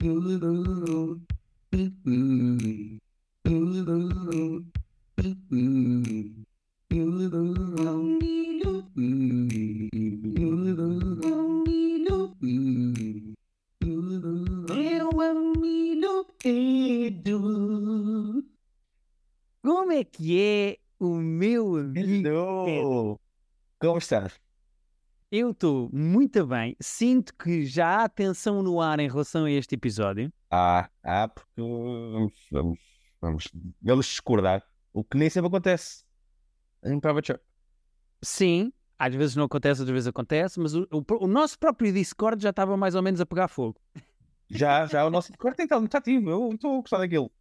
Meu amigo Pedro, como é que é o meu amigo Pedro? Hello! Como estás? Eu estou muito bem, sinto que já há tensão no ar em relação a este episódio. Porque vamos discordar. O que nem sempre acontece em private show. Sim, às vezes não acontece, às vezes acontece, mas o nosso próprio Discord já estava mais ou menos a pegar fogo. Já o nosso Discord tem estado muito ativo. Eu estou a gostar daquilo.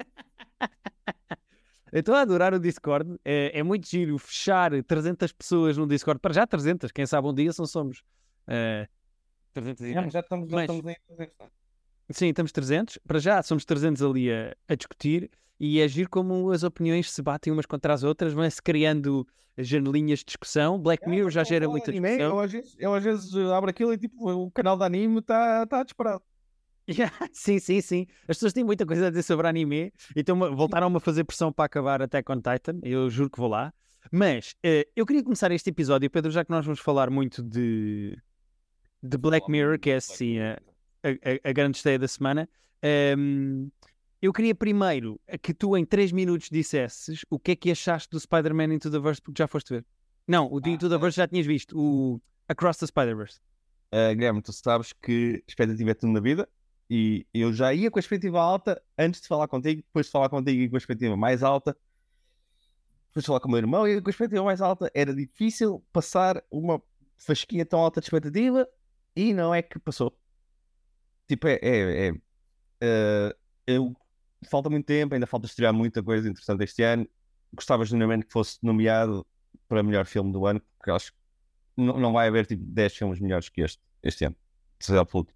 Eu estou a adorar o Discord, é muito giro fechar 300 pessoas no Discord, para já 300, quem sabe um dia somos 300 e Já, tantos. já estamos, já Mas, estamos aí. sim, estamos 300, para já somos 300 ali a discutir e é giro como as opiniões se batem umas contra as outras, vão-se criando janelinhas de discussão. Black Mirror já Estão a gera falar de muita anime. discussão. Eu às vezes abro aquilo e tipo, o canal de anime está disparado. Sim, sim, sim. As pessoas têm muita coisa a dizer sobre anime, então voltaram-me a fazer pressão para acabar Attack on Titan. Eu juro que vou lá. Mas eu queria começar este episódio, Pedro, já que nós vamos falar muito de Black Mirror, que é assim a grande estreia da semana. Eu queria primeiro que tu, em 3 minutos, dissesses o que é que achaste do Spider-Man Into the Verse, porque já foste ver. Não, o de Into the Verse já tinhas visto, o Across the Spider-Verse. Guilherme, tu sabes que expectativa é tudo na vida. E eu já ia com a expectativa alta antes de falar contigo, depois de falar contigo e com a expectativa mais alta. Depois de falar com o meu irmão e com a expectativa mais alta, era difícil passar uma fasquinha tão alta de expectativa e não é que passou. Tipo, falta muito tempo, ainda falta estrear muita coisa interessante este ano. Gostava genuinamente que fosse nomeado para melhor filme do ano, porque acho que não vai haver tipo 10 filmes melhores que este ano. De certeza absoluta.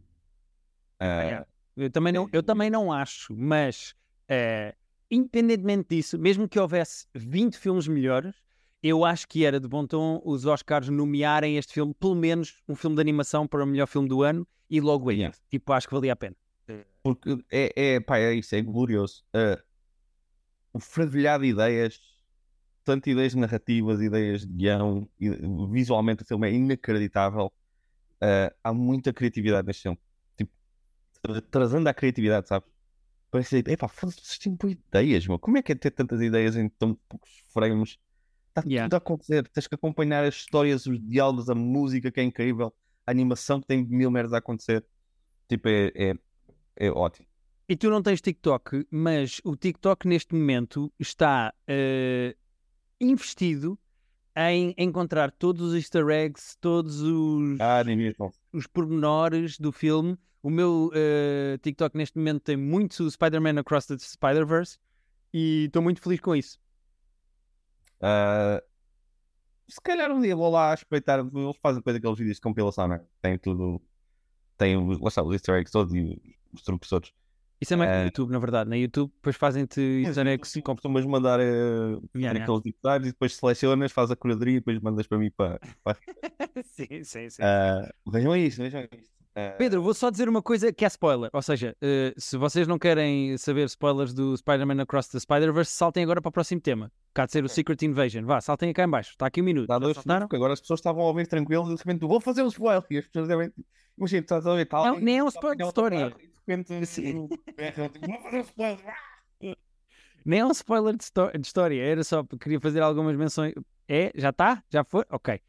Eu também não acho, mas independentemente disso, mesmo que houvesse 20 filmes melhores, eu acho que era de bom tom os Oscars nomearem este filme, pelo menos um filme de animação para o melhor filme do ano e logo aí. Yeah. Tipo, acho que valia a pena. Porque é isso, é glorioso. O fervilhar de ideias, tanto ideias narrativas, ideias de guião, visualmente o filme é inacreditável. Há muita criatividade neste filme. Tipo, trazendo a criatividade, sabes? Parece tipo, epá, vocês têm boas ideias, meu. Como é que é ter tantas ideias em tão poucos frames? Está Yeah. tudo a acontecer. Tens que acompanhar as histórias, os diálogos, a música que é incrível, a animação que tem mil merdas a acontecer. Tipo, é ótimo. E tu não tens TikTok, mas o TikTok neste momento está investido em encontrar todos os easter eggs, todos Nem mesmo. os pormenores do filme. O meu TikTok neste momento tem muito Spider-Man Across the Spider-Verse e estou muito feliz com isso. Se calhar um dia vou lá espreitar. Eles fazem coisa aqueles vídeos de compilação, né? Tem tudo. Tem lá está, os easter eggs todos e os truques todos. Isso é mais no YouTube, na verdade. Na YouTube depois fazem-te easter eggs. Costumas mandar aqueles detalhes e depois selecionas, faz a curadoria e depois mandas para mim para. Sim, sim, sim. Vejam isto, vejam isto. Pedro, vou só dizer uma coisa que é spoiler. Ou seja, se vocês não querem saber spoilers do Spider-Man Across the Spider-Verse, saltem agora para o próximo tema. Cá de ser o Secret Invasion. Vá, saltem cá em baixo. Está aqui um minuto. Dá 2 segundos, porque agora as pessoas estavam a ouvir tranquilos e de repente vou fazer um spoiler e as pessoas devem. Imagina, estás a ouvir tal. Não, nem é um spoiler de história. E de repente. Sim. Vou fazer um spoiler. Nem é um spoiler de história. Era só porque queria fazer algumas menções. É? Já está? Já foi? Ok.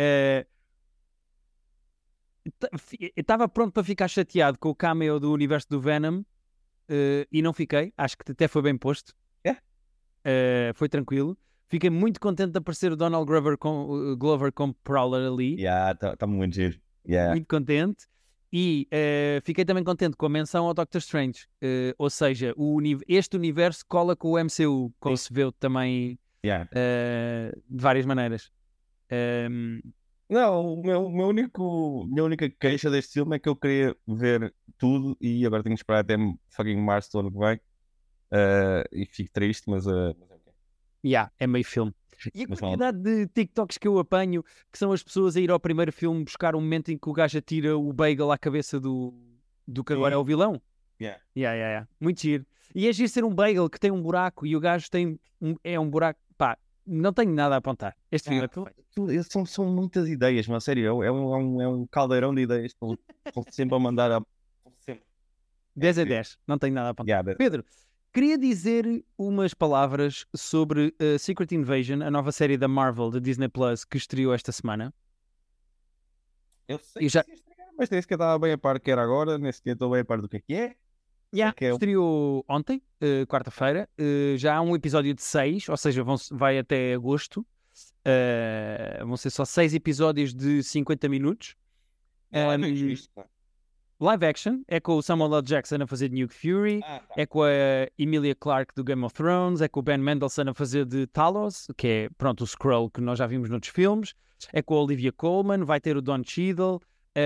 Estava pronto para ficar chateado com o cameo do universo do Venom e não fiquei. Acho que até foi bem posto. Foi tranquilo. Fiquei muito contente de aparecer o Donald Glover como Prowler ali. Está muito giro. Muito contente. E fiquei também contente com a menção ao Doctor Strange. Ou seja, este universo cola com o MCU, como se vê também de várias maneiras. Não, minha única queixa deste filme é que eu queria ver tudo e agora tenho que esperar até fucking março do ano que vem. E fico triste, mas é ok. É meio filme. E a Mas quantidade de TikToks que eu apanho, que são as pessoas a ir ao primeiro filme buscar um momento em que o gajo atira o bagel à cabeça do do que agora é o vilão. Yeah. Yeah. Muito giro. E é giro ser um bagel que tem um buraco e o gajo tem é um buraco. Pá, não tenho nada a apontar. Este filme é perfeito. São muitas ideias, mas sério, é um caldeirão de ideias. Estão sempre a mandar a. Sempre. 10 a 10, não tenho nada a apontar. Yeah, Pedro, queria dizer umas palavras sobre Secret Invasion, a nova série da Marvel, da Disney Plus, que estreou esta semana. Eu sei E já... que mas nem sequer estava bem a par que era agora, nem sequer estou bem a par do que é. Estreou ontem, quarta-feira. Já há um episódio de 6, ou seja, vai até agosto. Vão ser só 6 episódios de 50 minutos. Live action, é com o Samuel L. Jackson a fazer de Nick Fury, é com a Emilia Clarke do Game of Thrones, é com o Ben Mendelsohn a fazer de Talos, que é, pronto, o Skrull que nós já vimos noutros filmes, é com a Olivia Colman, vai ter o Don Cheadle.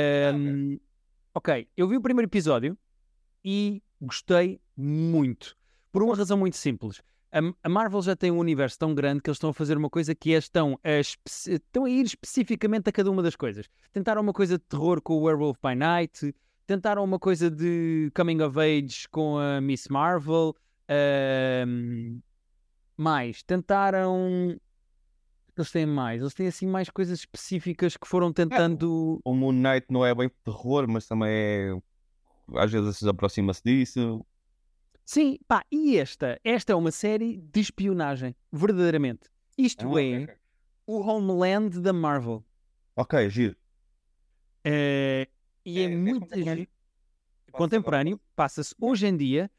Ok, eu vi o primeiro episódio e gostei muito, por uma razão muito simples. A Marvel já tem um universo tão grande que eles estão a fazer uma coisa que estão a ir especificamente a cada uma das coisas. Tentaram uma coisa de terror com o Werewolf by Night, tentaram uma coisa de coming of age com a Miss Marvel, tentaram... Eles têm mais, eles têm assim mais coisas específicas que foram tentando... O Moon Knight não é bem terror, mas também é... Às vezes aproxima-se disso. Sim, pá, e esta é uma série de espionagem, verdadeiramente. Isto o Homeland da Marvel. Ok, giro. E é muito contemporâneo, passa-se hoje em dia.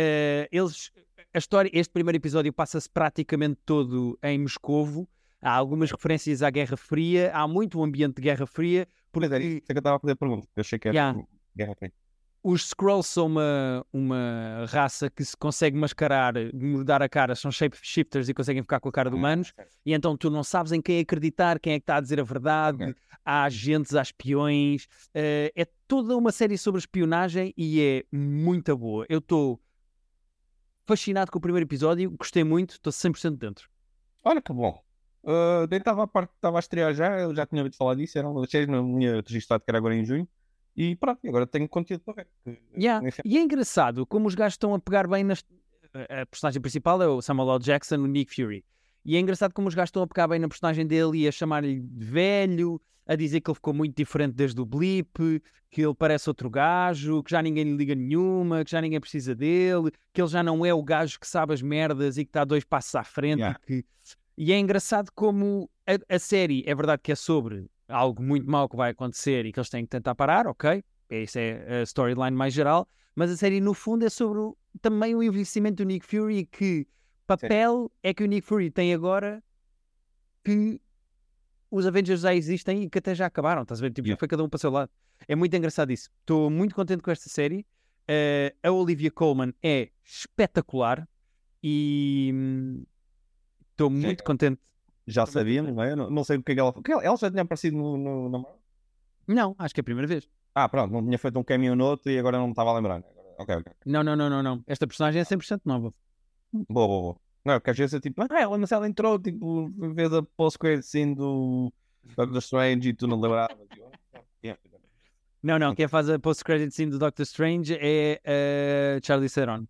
Este primeiro episódio passa-se praticamente todo em Moscovo. Há algumas referências à Guerra Fria, há muito um ambiente de Guerra Fria. Porque... Isso é que eu estava a fazer a pergunta, eu achei que era Guerra Fria. Os Skrulls são uma raça que se consegue mascarar, mudar a cara, são shapeshifters e conseguem ficar com a cara de humanos, e então tu não sabes em quem acreditar, quem é que está a dizer a verdade, há agentes, há espiões, é toda uma série sobre espionagem e é muito boa. Eu estou fascinado com o primeiro episódio, gostei muito, estou 100% dentro. Olha que bom. Nem estava a estrear já, eu já tinha ouvido falar disso, não tinha registrado que era agora em junho. E pronto, agora tenho conteúdo para ver. E é engraçado como os gajos estão a pegar bem a personagem principal é o Samuel L. Jackson, o Nick Fury. E é engraçado como os gajos estão a pegar bem na personagem dele e a chamar-lhe de velho, a dizer que ele ficou muito diferente desde o blip, que ele parece outro gajo, que já ninguém lhe liga nenhuma, que já ninguém precisa dele, que ele já não é o gajo que sabe as merdas e que está 2 passos à frente. E é engraçado como a série, é verdade que é sobre algo muito mau que vai acontecer e que eles têm que tentar parar, ok? Essa é a storyline mais geral, mas a série no fundo é sobre também o envelhecimento do Nick Fury e que papel é que o Nick Fury tem agora que os Avengers já existem e que até já acabaram, estás a ver? Tipo, já foi cada um para o seu lado. É muito engraçado isso. Estou muito contente com esta série. A Olivia Colman é espetacular e estou muito contente. Já sabíamos, não é? Não sei o que é que ela... Ela já tinha aparecido na Marvel? Não, acho que é a primeira vez. Pronto, não tinha feito um cameo no outro e agora não me estava a lembrar. Ok. Não. Esta personagem é 100% nova. Boa. Não, porque às vezes é tipo, mas ela entrou, tipo, vez a post-credit scene do Doctor Strange e tu não lembravas. Não, quem faz a post-credit scene do Doctor Strange é Charlize Theron.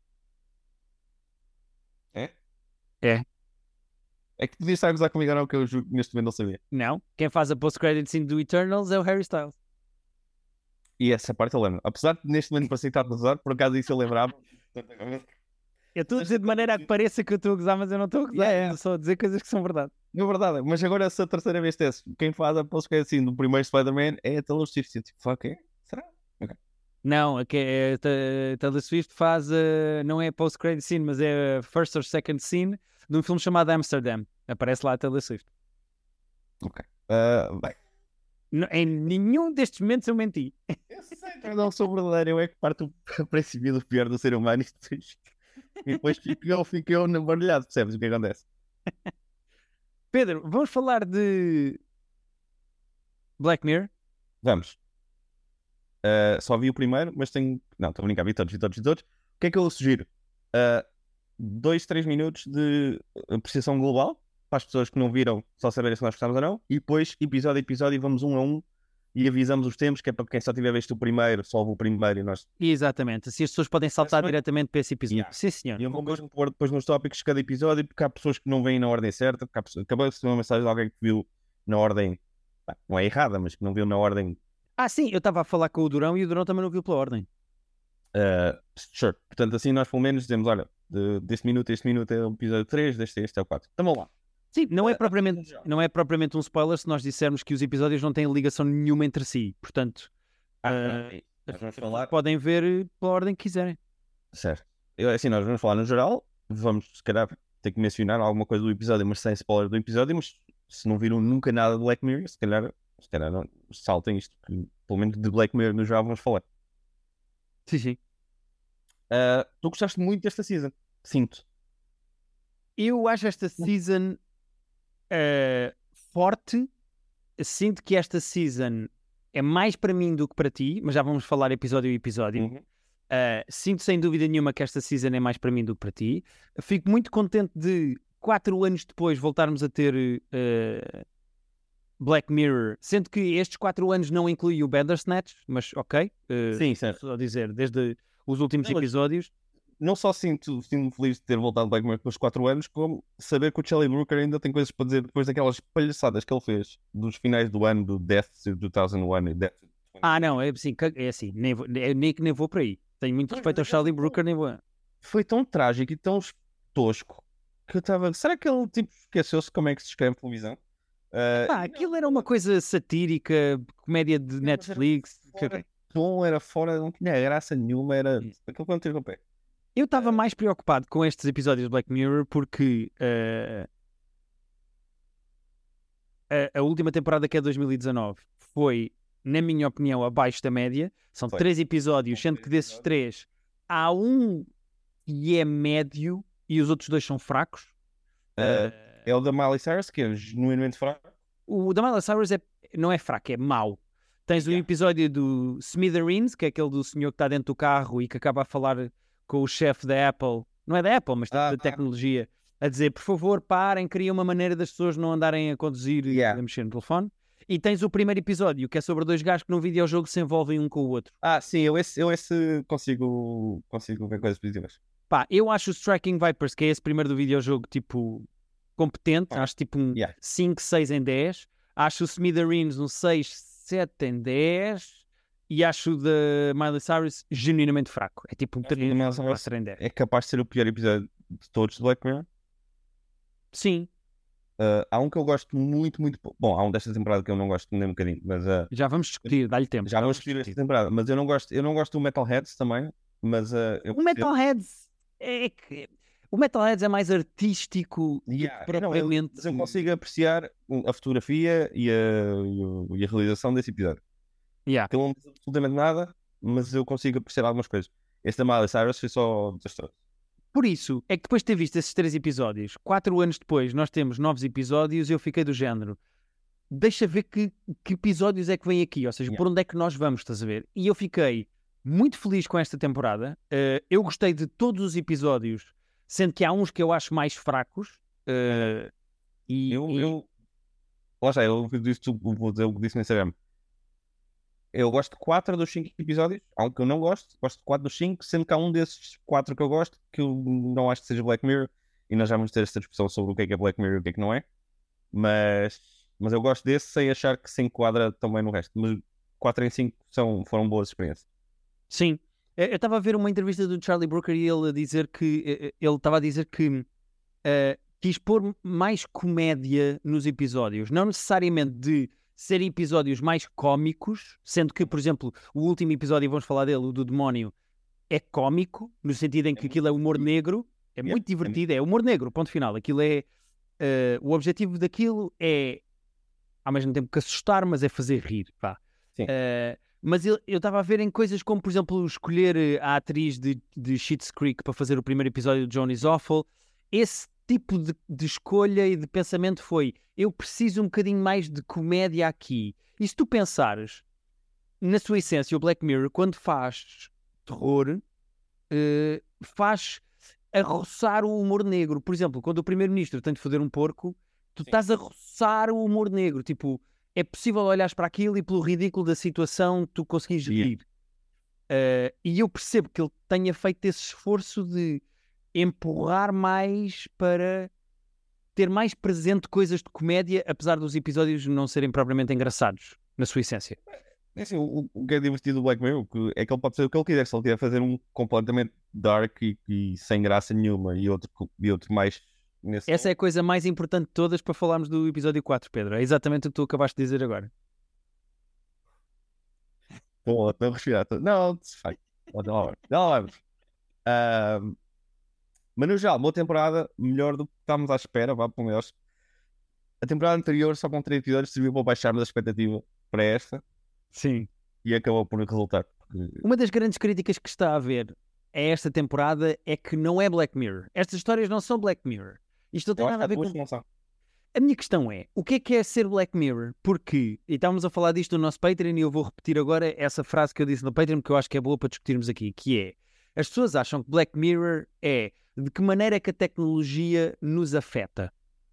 É. É que podias estar a gozar comigo ou não, que eu juro que neste momento não sabia. Não, quem faz a post-credit scene do Eternals é o Harry Styles. E essa parte eu lembro. Apesar de neste momento parecer que está a gozar, por acaso isso eu lembrava. Eu estou a dizer de maneira a que pareça que eu estou a gozar, mas eu não estou a gozar. Estou só a dizer coisas que são verdade. É verdade, mas agora essa terceira vez teste. Quem faz a post-credit scene do primeiro Spider-Man é a Taylor Swift. Tipo, fuck, é? Será? Okay. Não, a Taylor Swift faz, não é post-credit scene, mas é a first or second scene de um filme chamado Amsterdam. Aparece lá a Taylor Swift. Ok. Bem. Em nenhum destes momentos eu menti. Eu sei, eu não sou verdadeiro. Eu é que parto o princípio do pior do ser humano e depois fico eu barulhado, percebes o que acontece? Pedro, vamos falar de Black Mirror? Vamos. Só vi o primeiro, mas tenho... Não, estou a brincar, vi todos. O que é que eu sugiro? 2-3 minutos de apreciação global, para as pessoas que não viram, só saberem se nós gostamos ou não, e depois, episódio a episódio, vamos um a um e avisamos os tempos, que é para quem só tiver visto o primeiro, só ouve o primeiro e nós... Exatamente, assim as pessoas podem saltar diretamente para esse episódio. Yeah. Sim, senhor. E eu vou mesmo pôr depois nos tópicos de cada episódio, porque há pessoas que não veem na ordem certa, porque acabou de receber uma mensagem de alguém que viu na ordem, não é errada, mas que não viu na ordem. Sim, eu estava a falar com o Durão e o Durão também não viu pela ordem. Sure. Portanto, assim nós pelo menos dizemos, olha, deste minuto a este minuto é o episódio 3, deste a este é o 4. Estamos lá. Sim, não é propriamente um spoiler se nós dissermos que os episódios não têm ligação nenhuma entre si. Portanto, nós vamos falar... podem ver pela ordem que quiserem. Certo. Assim, nós vamos falar no geral, vamos se calhar ter que mencionar alguma coisa do episódio, mas sem spoiler do episódio, mas se não viram nunca nada de Black Mirror, se calhar não, saltem isto, que pelo menos de Black Mirror no geral vamos falar. Sim. Tu gostaste muito desta season, sinto. Eu acho esta season forte. Sinto que esta season é mais para mim do que para ti, mas já vamos falar episódio a episódio. Uhum. Sinto sem dúvida nenhuma que esta season é mais para mim do que para ti. Fico muito contente de 4 anos depois voltarmos a ter Black Mirror, sendo que estes 4 anos não incluem o Bandersnatch, mas ok. Sim, certo. Só dizer, desde os últimos episódios. Não só sinto-me feliz de ter voltado Black Mirror pelos 4 anos, como saber que o Charlie Brooker ainda tem coisas para dizer depois daquelas palhaçadas que ele fez dos finais do ano, do Death to 2001 e Death to 2001. Não, é assim, nem vou por aí. Tenho muito respeito ao Charlie Brooker, nem vou. Foi tão trágico e tão tosco que eu estava... Será que ele tipo, esqueceu-se como é que se escreve televisão? Aquilo era uma coisa satírica, comédia de Netflix. Era fora, não tinha graça nenhuma, era aquilo que eu não tive o pé. Eu estava mais preocupado com estes episódios de Black Mirror porque a última temporada, que é 2019, foi, na minha opinião, abaixo da média. São 3 episódios, sendo que desses 3 há um que é médio e os outros 2 são fracos. É o da Miley Cyrus, que é genuinamente fraco. O da Miley Cyrus não é fraco, é mau. Tens um episódio do Smithereens, que é aquele do senhor que está dentro do carro e que acaba a falar com o chefe da Apple, não é da Apple, mas da tecnologia, a dizer, por favor, parem, criem uma maneira das pessoas não andarem a conduzir e a mexer no telefone. E tens o primeiro episódio, que é sobre 2 gajos que num videojogo se envolvem um com o outro. Sim, eu esse consigo ver coisas positivas. Eu acho o Striking Vipers, que é esse primeiro do videojogo, tipo, competente, acho tipo um 5, 6 em 10. Acho o Smithereens um 6, 7 em 10. E acho o da Miley Cyrus genuinamente fraco. É tipo um 3 em 10. É capaz de ser o pior episódio de todos de Black Mirror? Sim. Há um que eu gosto muito, muito pouco. Bom, há um desta temporada que eu não gosto nem um bocadinho, mas... já vamos discutir, dá-lhe tempo. Já vamos discutir esta temporada, mas eu não gosto do Metalheads também, mas... o Metalheads o Metalheads é mais artístico do que propriamente... Mas eu consigo apreciar a fotografia e a realização desse episódio. Que não diz absolutamente nada, mas eu consigo apreciar algumas coisas. Este da Miley Cyrus foi só desastroso. Por isso, é que depois de ter visto esses 3 episódios, 4 anos depois nós temos novos episódios e eu fiquei do género, deixa ver que episódios é que vem aqui, ou seja, por onde é que nós vamos, estás a ver? E eu fiquei muito feliz com esta temporada. Eu gostei de todos os episódios, sendo que há uns que eu acho mais fracos. Lá está, eu vou dizer o que disse no Instagram. Eu gosto de 4 dos 5 episódios. Há um que eu não gosto de 4 dos 5, sendo que há um desses 4 que eu gosto que eu não acho que seja Black Mirror. E nós já vamos ter esta discussão sobre o que é Black Mirror e o que é que não é. Mas eu gosto desse sem achar que se enquadra também no resto. Mas 4 em 5 foram boas experiências. Sim. Eu estava a ver uma entrevista do Charlie Brooker e ele estava a dizer que quis pôr mais comédia nos episódios. Não necessariamente de ser episódios mais cómicos, sendo que, por exemplo, o último episódio, vamos falar dele, o do demónio, é cómico, no sentido em que aquilo é humor negro, é muito divertido, é humor negro, ponto final. Aquilo é... o objetivo daquilo é, ao mesmo tempo que assustar, mas é fazer rir, pá. Mas eu estava a ver em coisas como, por exemplo, escolher a atriz de Schitt's Creek para fazer o primeiro episódio de Joan is Awful. Esse tipo de escolha e de pensamento foi, eu preciso um bocadinho mais de comédia aqui. E se tu pensares, na sua essência, o Black Mirror, quando faz terror, faz a roçar o humor negro. Por exemplo, quando o primeiro-ministro tem de foder um porco, tu estás a roçar o humor negro. Tipo, é possível olhares para aquilo e pelo ridículo da situação tu conseguires rir. E eu percebo que ele tenha feito esse esforço de empurrar mais para ter mais presente coisas de comédia, apesar dos episódios não serem propriamente engraçados, na sua essência. É assim, o que é divertido do Black Mirror é que ele pode fazer o que ele quiser. Se ele quiser fazer um completamente dark e sem graça nenhuma e outro mais nesse Essa é a coisa mais importante de todas para falarmos do episódio 4, Pedro. É exatamente o que tu acabaste de dizer agora. Bom, estou a respirar. Não, vai. Não, vamos. Mas no geral, boa temporada, melhor do que estávamos à espera, vá, pelo menos. A temporada anterior, só com 3 episódios, serviu para baixarmos a expectativa para esta. Sim. E acabou por resultar. Uma das grandes críticas que está a haver a esta temporada é que não é Black Mirror. Estas histórias não são Black Mirror. Isto não tem nada a ver com... A minha questão é, o que é ser Black Mirror? Porque, e estávamos a falar disto no nosso Patreon e eu vou repetir agora essa frase que eu disse no Patreon porque eu acho que é boa para discutirmos aqui, que é, as pessoas acham que Black Mirror é de que maneira é que a tecnologia nos afeta.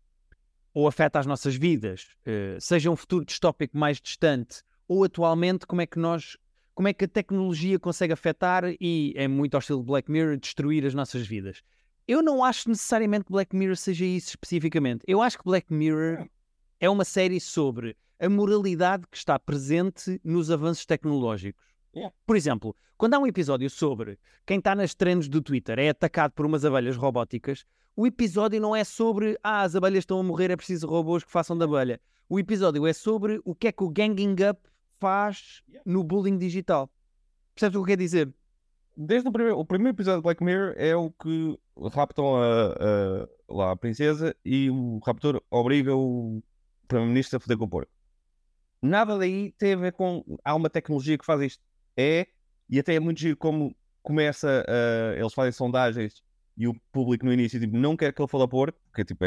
Ou afeta as nossas vidas. Seja um futuro distópico mais distante ou atualmente como é que a tecnologia consegue afetar e, é muito ao estilo de Black Mirror, destruir as nossas vidas. Eu não acho necessariamente que Black Mirror seja isso especificamente. Eu acho que Black Mirror é uma série sobre a moralidade que está presente nos avanços tecnológicos. Por exemplo, quando há um episódio sobre quem está nas trends do Twitter é atacado por umas abelhas robóticas, o episódio não é sobre as abelhas estão a morrer, é preciso robôs que façam da abelha. O episódio é sobre o que é que o ganging up faz no bullying digital. Percebes o que eu quero dizer? Desde o primeiro episódio de Black Mirror é o que raptam lá a princesa e o raptor obriga o primeiro-ministro a foder com o porco. Nada daí tem a ver com... Há uma tecnologia que faz isto. E até é muito giro como começa... eles fazem sondagens e o público no início tipo, não quer que ele fale a porco, porque tipo,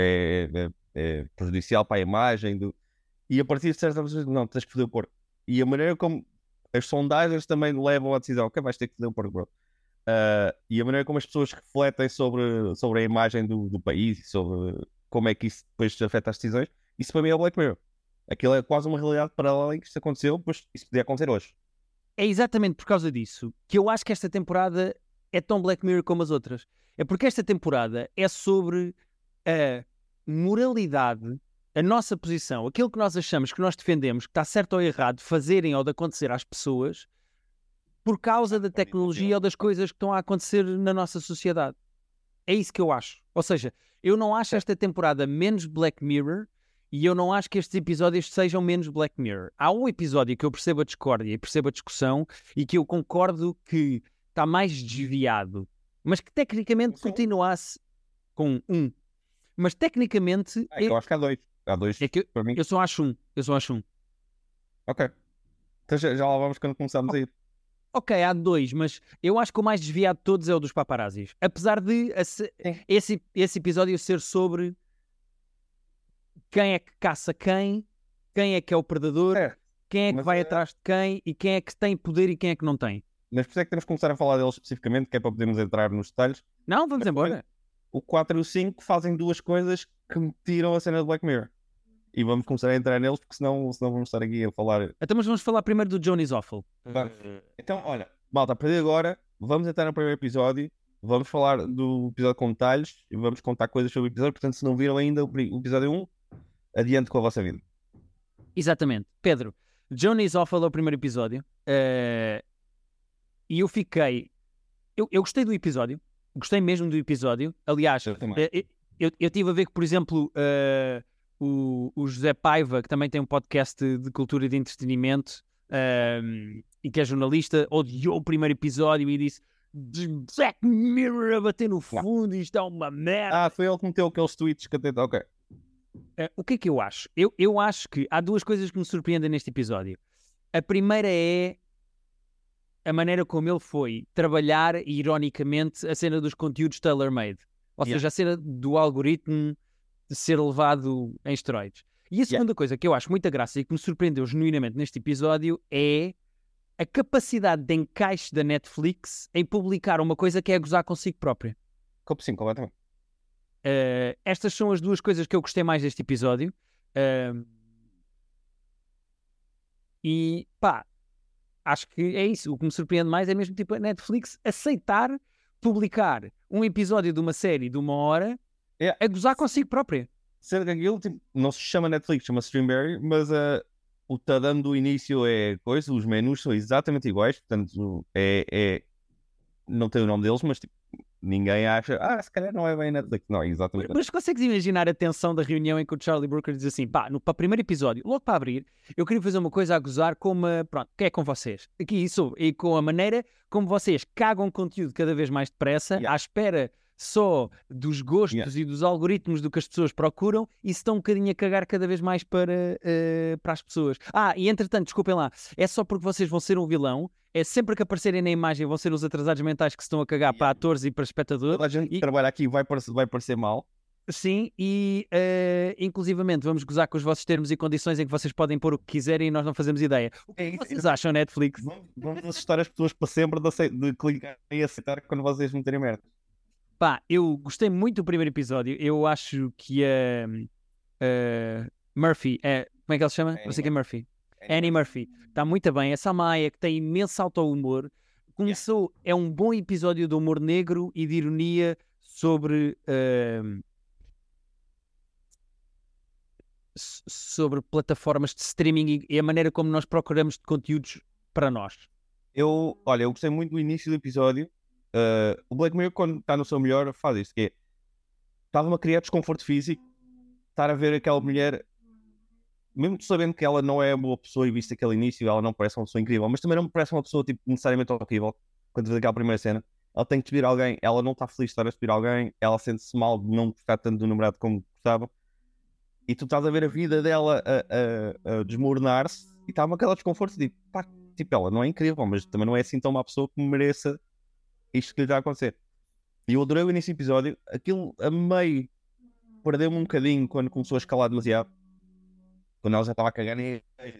é prejudicial para a imagem. E a partir de certas vezes, não, tens que foder o porco. E a maneira como as sondagens também levam à decisão, ok, vais ter que foder o porco, bro. E a maneira como as pessoas refletem sobre a imagem do país e sobre como é que isso depois afeta as decisões, isso para mim é o Black Mirror. Aquilo é quase uma realidade paralela em que isto aconteceu, pois isso podia acontecer hoje. É exatamente por causa disso que eu acho que esta temporada é tão Black Mirror como as outras. É porque esta temporada é sobre a moralidade, a nossa posição, aquilo que nós achamos que nós defendemos, que está certo ou errado, de fazerem ou de acontecer às pessoas por causa da tecnologia ou das coisas que estão a acontecer na nossa sociedade. É isso que eu acho. Ou seja, eu não acho esta temporada menos Black Mirror e eu não acho que estes episódios sejam menos Black Mirror. Há um episódio que eu percebo a discórdia e percebo a discussão e que eu concordo que está mais desviado, mas que tecnicamente continuasse com um. Mas tecnicamente... eu acho que há dois. Há dois, é que para mim. Eu só acho um. Ok. Então já lá vamos quando começamos a ir. Ok, há dois, mas eu acho que o mais desviado de todos é o dos paparazzis. Apesar de esse episódio ser sobre quem é que caça quem é que é o predador, quem é que vai atrás de quem e quem é que tem poder e quem é que não tem. Mas por isso é que temos que começar a falar deles especificamente, que é para podermos entrar nos detalhes. Não, vamos embora. O 4 e o 5 fazem duas coisas que me tiram a cena do Black Mirror. E vamos começar a entrar neles, porque senão vamos estar aqui a falar... Então, mas vamos falar primeiro do Johnny's Awful. Então, olha, malta, a partir de agora, vamos entrar no primeiro episódio, vamos falar do episódio com detalhes, e vamos contar coisas sobre o episódio, portanto, se não viram ainda o episódio 1, adiante com a vossa vida. Exatamente. Pedro, Johnny's Awful é o primeiro episódio, e eu fiquei... Eu gostei do episódio, gostei mesmo do episódio, aliás, eu estive a ver que, por exemplo... O José Paiva, que também tem um podcast de cultura e de entretenimento e que é jornalista, odiou o primeiro episódio e disse Black Mirror a bater no fundo, isto é uma merda. Foi ele que meteu aqueles tweets que até... Ok. O que é que eu acho? Eu acho que há duas coisas que me surpreendem neste episódio. A primeira é a maneira como ele foi trabalhar, ironicamente, a cena dos conteúdos tailor-made. Ou seja, a cena do algoritmo de ser levado em esteroides. E a segunda coisa que eu acho muita graça e que me surpreendeu genuinamente neste episódio é a capacidade de encaixe da Netflix em publicar uma coisa que é gozar consigo própria. Sim, completamente. Estas são as duas coisas que eu gostei mais deste episódio. E pá, acho que é isso. O que me surpreende mais é mesmo tipo a Netflix aceitar publicar um episódio de uma série de 1 hora a gozar consigo própria. Sendo que aquilo tipo, não se chama Netflix, chama Streamberry, mas o tadam do início é coisa, os menus são exatamente iguais, portanto não tem o nome deles, mas tipo, ninguém acha, se calhar não é bem Netflix. Não, é exatamente. Mas consegues imaginar a tensão da reunião em que o Charlie Brooker diz assim, pá, para o primeiro episódio, logo para abrir, eu queria fazer uma coisa a gozar pronto, que é com vocês. Aqui isso, e com a maneira como vocês cagam conteúdo cada vez mais depressa, à espera só dos gostos e dos algoritmos do que as pessoas procuram e se estão um bocadinho a cagar cada vez mais para as pessoas. E entretanto, desculpem lá, é só porque vocês vão ser um vilão, é sempre que aparecerem na imagem vão ser os atrasados mentais que se estão a cagar para atores e para espectadores. Toda a gente que trabalha aqui vai parecer mal. Sim, e inclusivamente vamos gozar com os vossos termos e condições em que vocês podem pôr o que quiserem e nós não fazemos ideia. O que vocês acham, Netflix? Vamos assustar as pessoas para sempre de clicar e aceitar quando vocês meterem merda. Pá, eu gostei muito do primeiro episódio. Eu acho que a Murphy, como é que ela se chama? Eu sei que é Murphy. Annie Murphy. Está muito bem. Essa Maia que tem imenso auto-humor. Começou, é um bom episódio de humor negro e de ironia sobre plataformas de streaming e a maneira como nós procuramos de conteúdos para nós. Eu gostei muito do início do episódio. O Black Mirror, quando está no seu melhor, faz isto, que é, estava-me a criar desconforto físico, estar a ver aquela mulher, mesmo sabendo que ela não é uma boa pessoa e visto aquele início, ela não parece uma pessoa incrível, mas também não me parece uma pessoa tipo, necessariamente horrível. Quando vês aquela primeira cena, ela tem que despedir alguém, ela não está feliz de estar a despedir alguém, ela sente-se mal de não gostar tanto do namorado como gostava, e tu estás a ver a vida dela a desmoronar-se, e está-me aquele desconforto de pá, tipo, ela não é incrível, mas também não é assim tão uma pessoa que mereça isto que lhe está a acontecer. E eu adorei o início do episódio. Aquilo a meio perdeu-me um bocadinho quando começou a escalar demasiado. Quando ela já estava a cagar e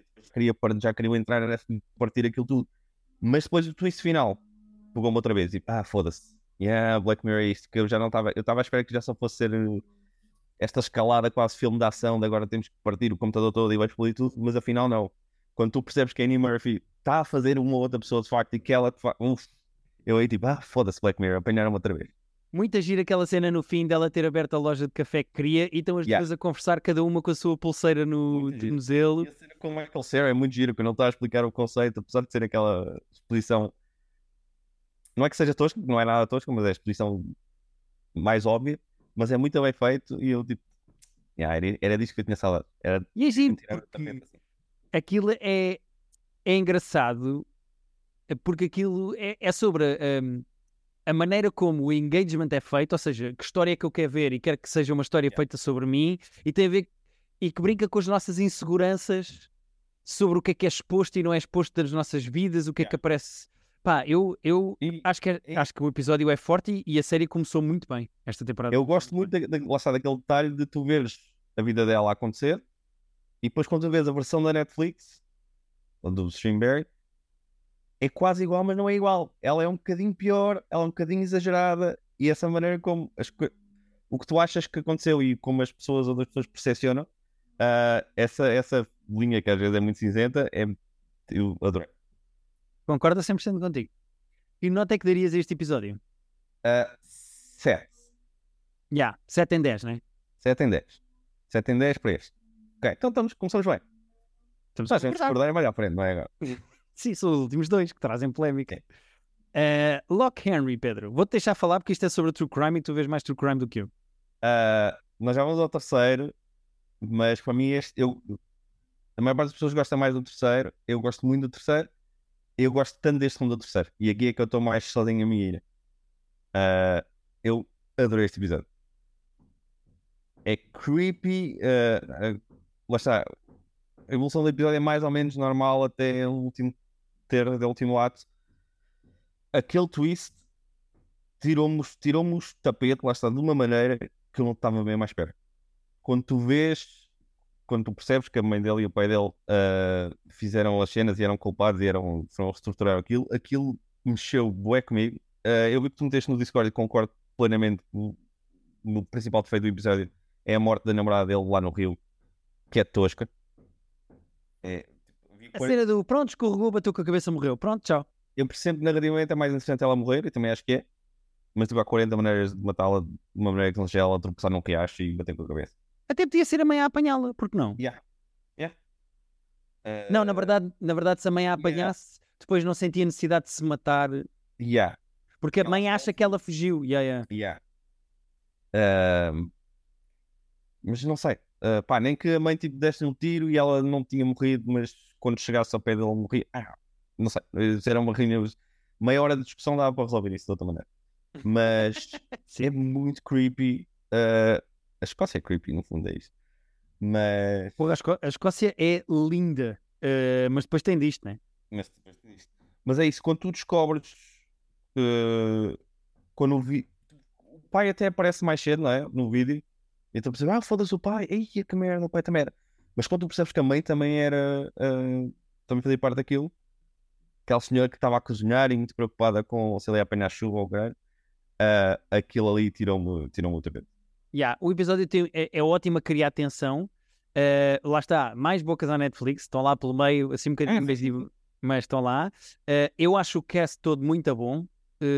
já queria entrar nessa partir aquilo tudo. Mas depois do twist final pegou-me outra vez e foda-se. Black Mirror é isto. Que eu já não estava. Eu estava à espera que já só fosse ser esta escalada quase filme de ação de agora temos que partir o computador todo e vai explodir tudo. Mas afinal não. Quando tu percebes que a Annie Murphy está a fazer uma outra pessoa de facto e que ela eu aí tipo, foda-se Black Mirror, apanharam-me outra vez. Muita gira aquela cena no fim dela ter aberto a loja de café que queria e estão as duas a conversar, cada uma com a sua pulseira no tornozelo. E a cena com o Michael Cera é muito giro, que não está a explicar o conceito, apesar de ser aquela exposição. Não é que seja tosco, não é nada tosco, mas é a exposição mais óbvia, mas é muito bem feito e eu tipo, era disso que eu tinha saudade. E é giro, aquilo é engraçado porque aquilo é sobre a maneira como o engagement é feito, ou seja, que história é que eu quero ver e quero que seja uma história feita sobre mim e tem a ver e que brinca com as nossas inseguranças sobre o que é exposto e não é exposto das nossas vidas, o que é que aparece. Pá, eu acho que o episódio é forte e a série começou muito bem esta temporada. Eu gosto muito daquele detalhe de tu veres a vida dela acontecer e depois quando tu vês a versão da Netflix ou do Streamberry é quase igual, mas não é igual. Ela é um bocadinho pior, ela é um bocadinho exagerada e essa maneira como o que tu achas que aconteceu e como as pessoas, outras pessoas percepcionam essa linha que às vezes é muito cinzenta, eu adorei. Concordo 100% contigo. E nota é que darias a este episódio? 7. 7 em 10, né? 7 em 10. 7 em 10 para este. Ok, então começamos bem. Estamos a gente recordar é mais à frente, não é agora? Sim, são os últimos dois que trazem polémica. Lock Henry, Pedro. Vou-te deixar falar porque isto é sobre True Crime e tu vês mais True Crime do que eu. Nós já vamos ao terceiro, mas para mim a maior parte das pessoas gosta mais do terceiro. Eu gosto muito do terceiro. Eu gosto tanto deste como do terceiro. E aqui é que eu estou mais sozinho a minha ilha. Eu adorei este episódio. É creepy. Lá está. A evolução do episódio é mais ou menos normal até o último ato. Aquele twist tirou-me o tapete, lá está, de uma maneira que eu não estava bem mais espera. Quando tu percebes que a mãe dele e o pai dele fizeram as cenas e eram culpados e foram reestruturar aquilo mexeu bué comigo. Eu vi que tu meteste no Discord e concordo plenamente no principal defeito do episódio é a morte da namorada dele lá no Rio, que é tosca. A cena do pronto, escorregou, bateu com a cabeça, morreu. Pronto, tchau. Eu percebo que narrativamente é mais interessante ela morrer, e também acho que é. Mas tipo, há 40 maneiras de matá-la de uma maneira que não seja ela tropeçar num riacho e bater com a cabeça. Até podia ser a mãe a apanhá-la, porque não? Yeah. Não, na verdade, se a mãe a apanhasse, depois não sentia necessidade de se matar, Yeah. porque a mãe acha que ela fugiu. Yeah. Mas não sei. Pá, nem que a mãe tipo, desse um tiro e ela não tinha morrido, mas quando chegasse ao pé dele morria. Não sei. Isso era uma reunião. Meia hora de discussão dava para resolver isso de outra maneira. Mas é muito creepy. A Escócia é creepy, no fundo, é isso. Mas. Pô, a Escócia é linda, mas depois tem disto, né? Mas é isso, quando tu descobres. Quando o pai até aparece mais cedo, não é? No vídeo. E tu percebes, foda-se o pai, ei, que merda, o pai também era. Mas quando tu percebes que a mãe também era. Também fazia parte daquilo. Aquela senhora que estava a cozinhar e muito preocupada com se ele ia apanhar chuva ou o caralho. Aquilo ali tirou-me o tapete. O episódio é ótimo a criar tensão. Lá está, mais bocas à Netflix, estão lá pelo meio, assim um bocadinho invasivo, mas estão lá. Eu acho o cast todo muito bom.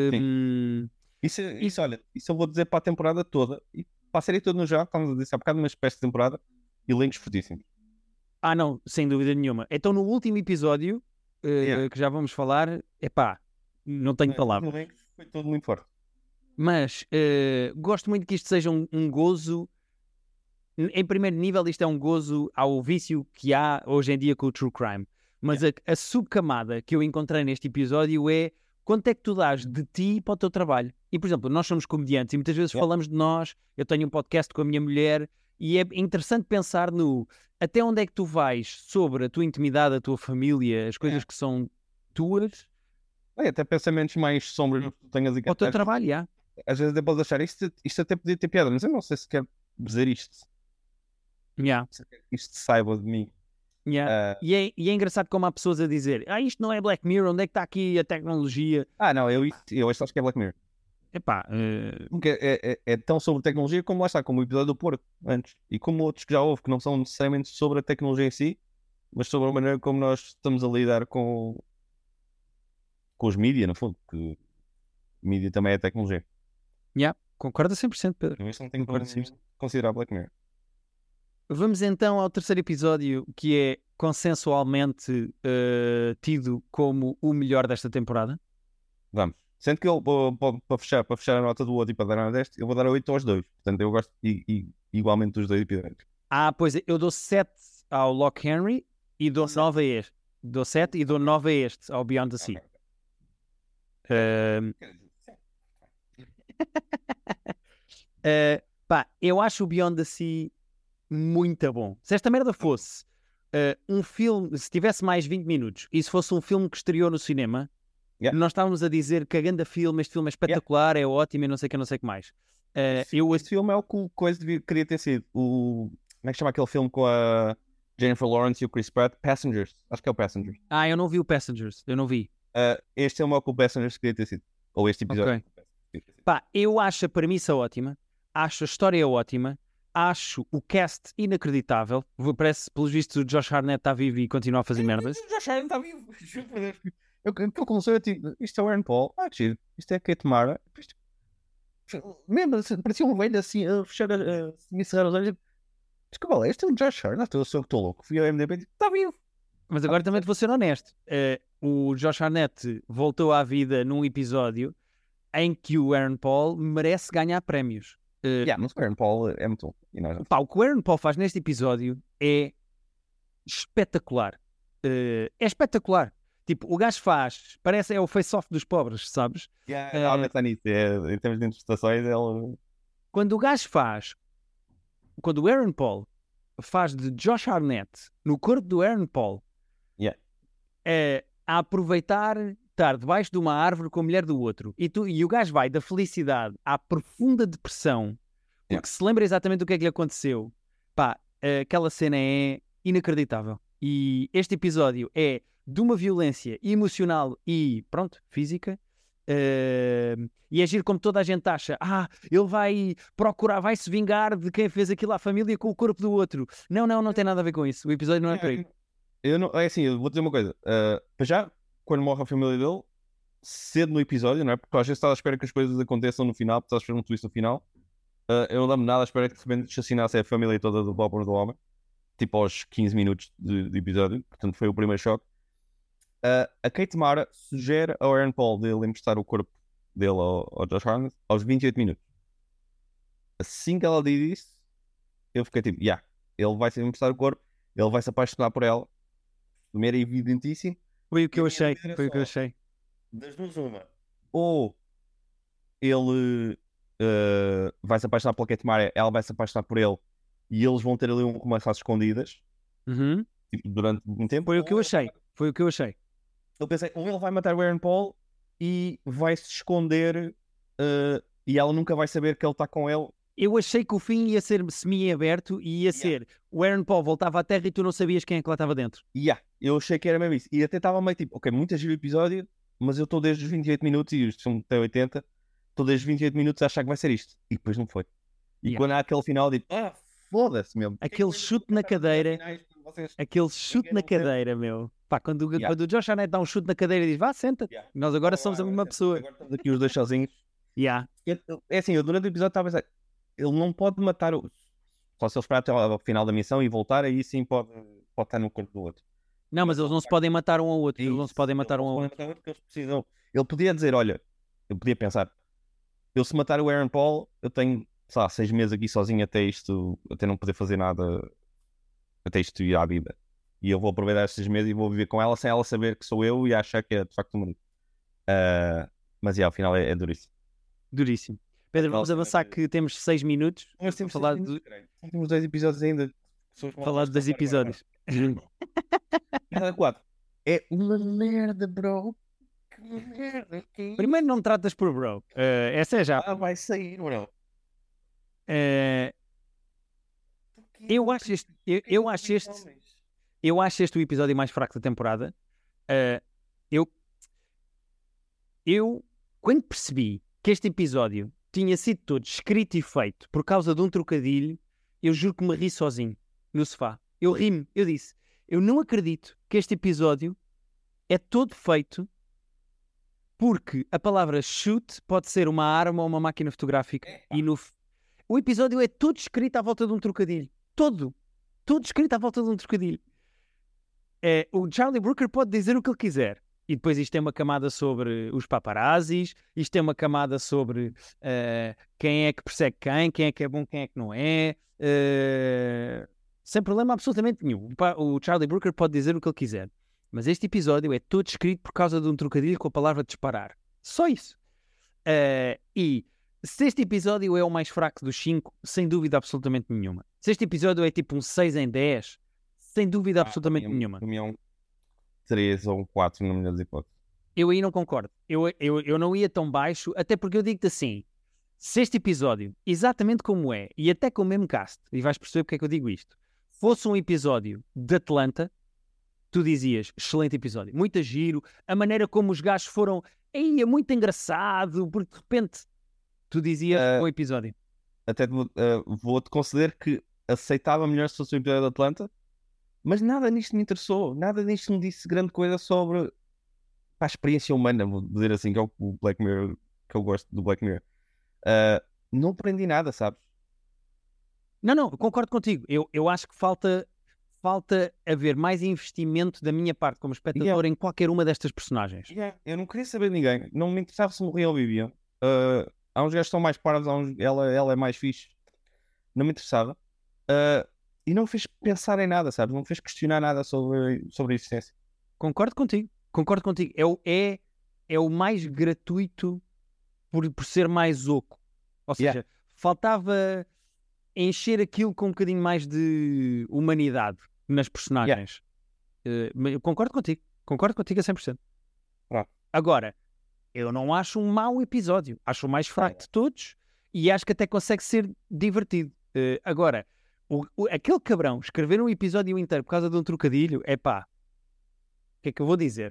Isso, olha, isso eu vou dizer para a temporada toda e para a série toda no geral, estamos a dizer há bocado, uma espécie de temporada, elencos fortíssimos. Não, sem dúvida nenhuma. Então no último episódio, que já vamos falar, não tenho palavras. Foi tudo muito forte. Mas gosto muito que isto seja um gozo. Em primeiro nível, isto é um gozo ao vício que há hoje em dia com o True Crime. Mas a subcamada que eu encontrei neste episódio é quanto é que tu dás de ti para o teu trabalho. E, por exemplo, nós somos comediantes e muitas vezes falamos de nós. Eu tenho um podcast com a minha mulher e é interessante pensar no até onde é que tu vais sobre a tua intimidade, a tua família, as coisas que são tuas. Até pensamentos mais sombrios que tu tenhas ao teu trabalho, Às vezes até podes achar isto até podia ter piada, mas eu não sei se quero dizer isto. Isto saiba de mim. E é engraçado como há pessoas a dizer isto não é Black Mirror, onde é que está aqui a tecnologia? Não, eu acho que é Black Mirror. Porque é tão sobre tecnologia como lá está, como o episódio do Porto antes, e como outros que já houve, que não são necessariamente sobre a tecnologia em si, mas sobre a maneira como nós estamos a lidar com os mídia, no fundo, que mídia também é tecnologia. Concordo 100%, Pedro. Eu não tenho que considerar Black Mirror. Vamos então ao terceiro episódio, que é consensualmente tido como o melhor desta temporada. Vamos. Sendo que eu, para fechar a nota do outro e para dar a nota deste, eu vou dar 8 aos dois. Portanto, eu gosto igualmente dos dois episódios. Pois é, eu dou 7 ao Lock Henry e dou 9 a este. Dou 7 e dou 9 a este, ao Beyond the Sea. Eu acho o Beyond the Sea muito bom. Se esta merda fosse um filme, se tivesse mais 20 minutos e se fosse um filme que estreou no cinema, nós estávamos a dizer que a grande filme, este filme é espetacular, é ótimo e não sei o que mais. Este filme é o que o coisa queria ter sido. Como é que chama aquele filme com a Jennifer Lawrence e o Chris Pratt? Passengers. Acho que é o Passengers. Eu não vi o Passengers. Eu não vi. Este filme é o que o Passengers queria ter sido. Ou este episódio. Eu acho a premissa ótima. Acho a história ótima. Acho o cast inacreditável. Parece, pelos vistos, o Josh Hartnett está vivo e continua a fazer merdas. O Josh Hartnett está vivo. Eu comecei a dizer, isto é o Aaron Paul. Giro. Isto é a Kate Mara. Mesmo, parecia um velho assim, a fechar, a encerrar os olhos. Desculpa lá, este é o Josh Hartnett. Eu sou que estou louco. Fui ao MDB e disse, está vivo. Mas agora também te vou ser honesto. O Josh Hartnett voltou à vida num episódio em que o Aaron Paul merece ganhar prémios. Mas o Aaron Paul é muito bom. O que o Aaron Paul faz neste episódio é espetacular. É espetacular. Tipo, o gajo faz, parece é o face-off dos pobres, sabes? Em termos de interpretações, quando o gajo faz, quando o Aaron Paul faz de Josh Hartnett no corpo do Aaron Paul, a aproveitar estar debaixo de uma árvore com a mulher do outro e o gajo vai da felicidade à profunda depressão porque se lembra exatamente do que é que lhe aconteceu. Aquela cena é inacreditável e este episódio é de uma violência emocional e física e agir como toda a gente acha. Ele vai procurar, vai se vingar de quem fez aquilo à família com o corpo do outro. Não tem nada a ver com isso. O episódio não é por aí. Eu não, é assim, eu vou dizer uma coisa. Para já, quando morre a família dele, cedo no episódio, não é? Porque tu às vezes estás à espera que as coisas aconteçam no final, porque estás à espera um twist no final. Eu não dou-me nada à espera que de repente assassinasse a família toda do Bob do Homem, tipo aos 15 minutos de episódio, portanto foi o primeiro choque. A Kate Mara sugere ao Aaron Paul dele emprestar o corpo dele ao Josh Hartnett aos 28 minutos. Assim que ela diz isso, eu fiquei tipo, ele vai se emprestar o corpo, ele vai se apaixonar por ela, primeiro é evidentíssimo. Foi o que E a eu minha achei, dúvida era foi o que eu só, achei. das duas uma, ou ele vai se apaixonar pela Kate Mara, ela vai se apaixonar por ele, e eles vão ter ali um romance às escondidas, Uhum. tipo, durante um tempo, Foi o que eu ou achei, foi o que eu achei. eu pensei, ou ele vai matar o Aaron Paul e vai se esconder, e ela nunca vai saber que ele está com ele. Eu achei que o fim ia ser semi-aberto e ia ser o Aaron Paul voltava à Terra e tu não sabias quem é que lá estava dentro. Eu achei que era mesmo isso. E até estava meio tipo, ok, muito giro o episódio, mas eu estou desde os 28 minutos, e isto são até 80, estou desde os 28 minutos a achar que vai ser isto. E depois não foi. E Yeah. quando há aquele final, digo, foda-se mesmo. Aquele chute na cadeira, aquele chute na cadeira, meu. Pá, quando o Josh Hartnett dá um chute na cadeira e diz, vá, senta, nós agora somos a mesma pessoa. Agora estamos aqui os dois sozinhos. Yeah. É assim, eu durante o episódio estava a pensar, ele não pode matar o. Só se ele esperar até ao final da missão e voltar, aí sim pode estar no corpo do outro. Não, mas eles não se podem matar um ao outro. Eles não se podem Eles matar um não ao podem outro. matar o outro porque eles precisam. Ele podia dizer, olha, eu podia pensar, eu se matar o Aaron Paul, eu tenho, sei lá, 6 meses aqui sozinho até não poder fazer nada, até isto ir à vida. E eu vou aproveitar estes 6 meses e vou viver com ela sem ela saber que sou eu e achar que é de facto o marido. Mas ao final é duríssimo. Duríssimo. Pedro, vamos avançar que temos 6 minutos Nós temos para falar, 6 minutos, temos 2 episódios ainda. falar dos episódios. Cada 4. É uma merda, bro. Que merda. Primeiro não me tratas por bro. Essa é já. Vai sair, bro. Eu acho este o episódio mais fraco da temporada. Eu, quando percebi que este episódio tinha sido todo escrito e feito por causa de um trocadilho, eu juro que me ri sozinho no sofá. Eu ri-me, eu disse, eu não acredito que este episódio é todo feito porque a palavra shoot pode ser uma arma ou uma máquina fotográfica. E o episódio é todo escrito à volta de um trocadilho. Todo escrito à volta de um trocadilho. O Charlie Brooker pode dizer o que ele quiser. E depois isto tem uma camada sobre os paparazzis, isto tem uma camada sobre quem é que persegue quem é que é bom, quem é que não é. Sem problema absolutamente nenhum. O Charlie Brooker pode dizer o que ele quiser. Mas este episódio é todo escrito por causa de um trocadilho com a palavra disparar. Só isso. E se este episódio é o mais fraco dos 5, sem dúvida absolutamente nenhuma. Se este episódio é tipo um 6 em 10, sem dúvida absolutamente nenhuma. 3 ou um 4 na melhor das hipóteses. Eu aí não concordo. Eu não ia tão baixo, até porque eu digo-te assim, se este episódio, exatamente como é, e até com o mesmo cast, e vais perceber porque é que eu digo isto, fosse um episódio de Atlanta, tu dizias, excelente episódio, muito giro, a maneira como os gajos foram, é muito engraçado, porque de repente, tu dizias, bom episódio. Até vou-te conceder que aceitava melhor se fosse um episódio de Atlanta, mas nada nisto me interessou, nada nisto me disse grande coisa sobre a experiência humana, vou dizer assim, que é o Black Mirror, que eu gosto do Black Mirror. Não aprendi nada, sabes? Não, concordo contigo. Eu acho que falta haver mais investimento da minha parte como espectador em qualquer uma destas personagens. Eu não queria saber de ninguém, não me interessava se morriam ou viviam. Há uns gajos que são mais parvos, ela é mais fixe. Não me interessava. E não me fez pensar em nada, sabes? Não me fez questionar nada sobre a existência. Concordo contigo. É o mais gratuito por ser mais oco. Ou seja, faltava encher aquilo com um bocadinho mais de humanidade nas personagens. Eu concordo contigo a 100%. Agora, eu não acho um mau episódio. Acho o mais fraco de todos e acho que até consegue ser divertido. Agora, aquele cabrão escrever um episódio inteiro por causa de um trocadilho, o que é que eu vou dizer?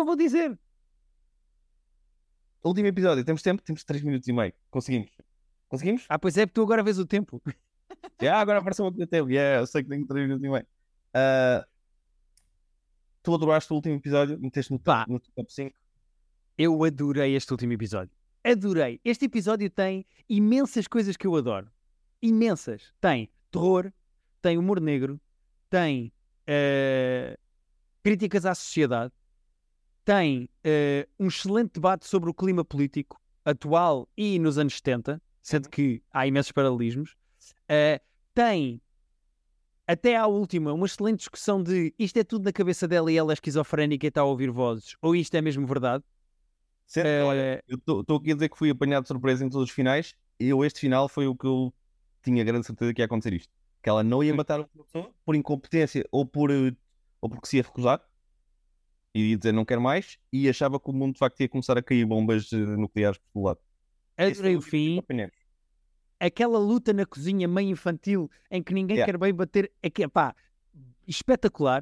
O último episódio, temos tempo? Temos 3 minutos e meio. Conseguimos? Pois é, porque tu agora vês o tempo. Agora apareceu o tempo. Eu sei que tenho 3 minutos e meio. Tu adoraste o último episódio, meteste no Pá, top 5. eu adorei este último episódio. Adorei. Este episódio tem imensas coisas que eu adoro. Imensas. Tem terror, tem humor negro, tem críticas à sociedade, tem um excelente debate sobre o clima político atual e nos anos 70, sendo que há imensos paralelismos. Tem, até à última, uma excelente discussão de isto é tudo na cabeça dela e ela é esquizofrénica e está a ouvir vozes, ou isto é mesmo verdade. Certo, olha, eu estou aqui a dizer que fui apanhado de surpresa em todos os finais. Este final foi o que eu tinha grande certeza que ia acontecer isto. Que ela não ia matar uma pessoa por incompetência ou porque se ia recusar e ia dizer não quero mais, e achava que o mundo de facto ia começar a cair bombas nucleares por todo lado. Adorei o fim. Aquela luta na cozinha meio infantil em que ninguém quer bem bater. Pá, espetacular.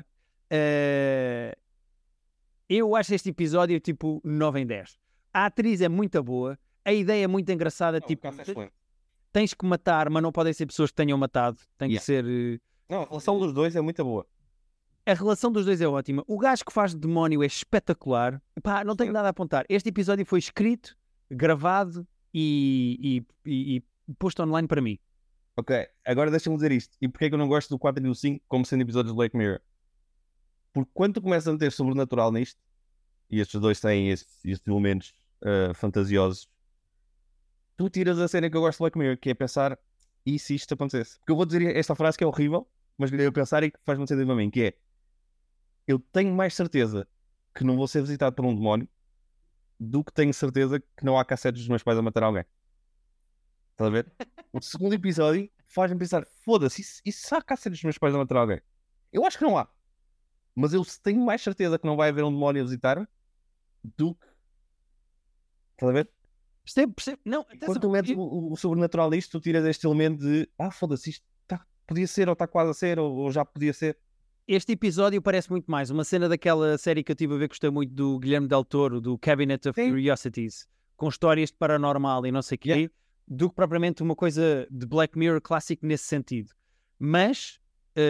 Eu acho este episódio tipo 9 em 10. A atriz é muito boa, a ideia é muito engraçada. Tipo, tens que matar, mas não podem ser pessoas que tenham matado. Tem que ser. Não, a relação dos dois é muito boa. A relação dos dois é ótima. O gajo que faz de demónio é espetacular. Pá, não tenho nada a apontar. Este episódio foi escrito, gravado e posto online para mim. Ok, agora deixa-me dizer isto. E porquê é que eu não gosto do 4 e do 5 como sendo episódios de Black Mirror? Porque quando tu começas a meter sobrenatural nisto, e estes dois têm estes elementos fantasiosos, tu tiras a cena que eu gosto de Black Mirror, que é pensar, e se isto acontecesse? Porque eu vou dizer esta frase que é horrível, mas eu pensar e que faz muito sentido para mim, que é, eu tenho mais certeza que não vou ser visitado por um demónio do que tenho certeza que não há cassetes dos meus pais a matar alguém. Estás a ver? O segundo episódio faz-me pensar, foda-se, e se há cassetes dos meus pais a matar alguém? Eu acho que não há. Mas eu tenho mais certeza que não vai haver um demónio a visitar-me do que... Estás a ver? Percebo. Não, quando tu metes o sobrenatural nisto, tu tiras este elemento de foda-se, isto podia ser, ou está quase a ser, ou já podia ser. Este episódio parece muito mais uma cena daquela série que eu estive a ver, gostei muito, do Guilherme Del Toro, do Cabinet of Curiosities, com histórias de paranormal e não sei o quê, do que propriamente uma coisa de Black Mirror clássico nesse sentido. Mas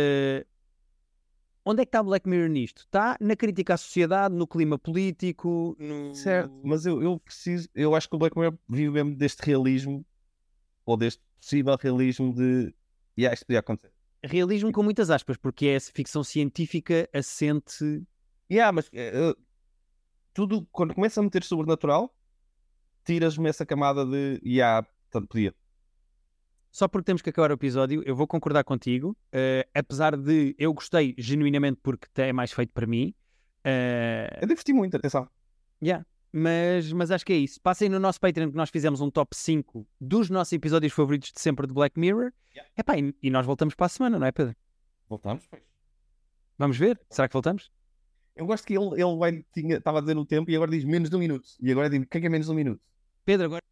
onde é que está Black Mirror nisto? Está na crítica à sociedade, no clima político, Certo, mas eu acho que o Black Mirror vive mesmo deste realismo, ou deste possível realismo de isto podia acontecer. Realismo com muitas aspas, porque é ficção científica assente. Mas tudo, quando começa a meter sobrenatural, tiras-me essa camada de tanto podia. Só porque temos que acabar o episódio, eu vou concordar contigo, apesar de eu gostei genuinamente porque é mais feito para mim. Eu diverti muito, atenção. Mas acho que é isso. Passem no nosso Patreon que nós fizemos um top 5 dos nossos episódios favoritos de sempre de Black Mirror. E nós voltamos para a semana, não é, Pedro? Voltamos, pois. Vamos ver? Será que voltamos? Eu gosto que ele estava a dizer o tempo e agora diz menos de um minuto. E agora diz, o que é menos de um minuto? Pedro, agora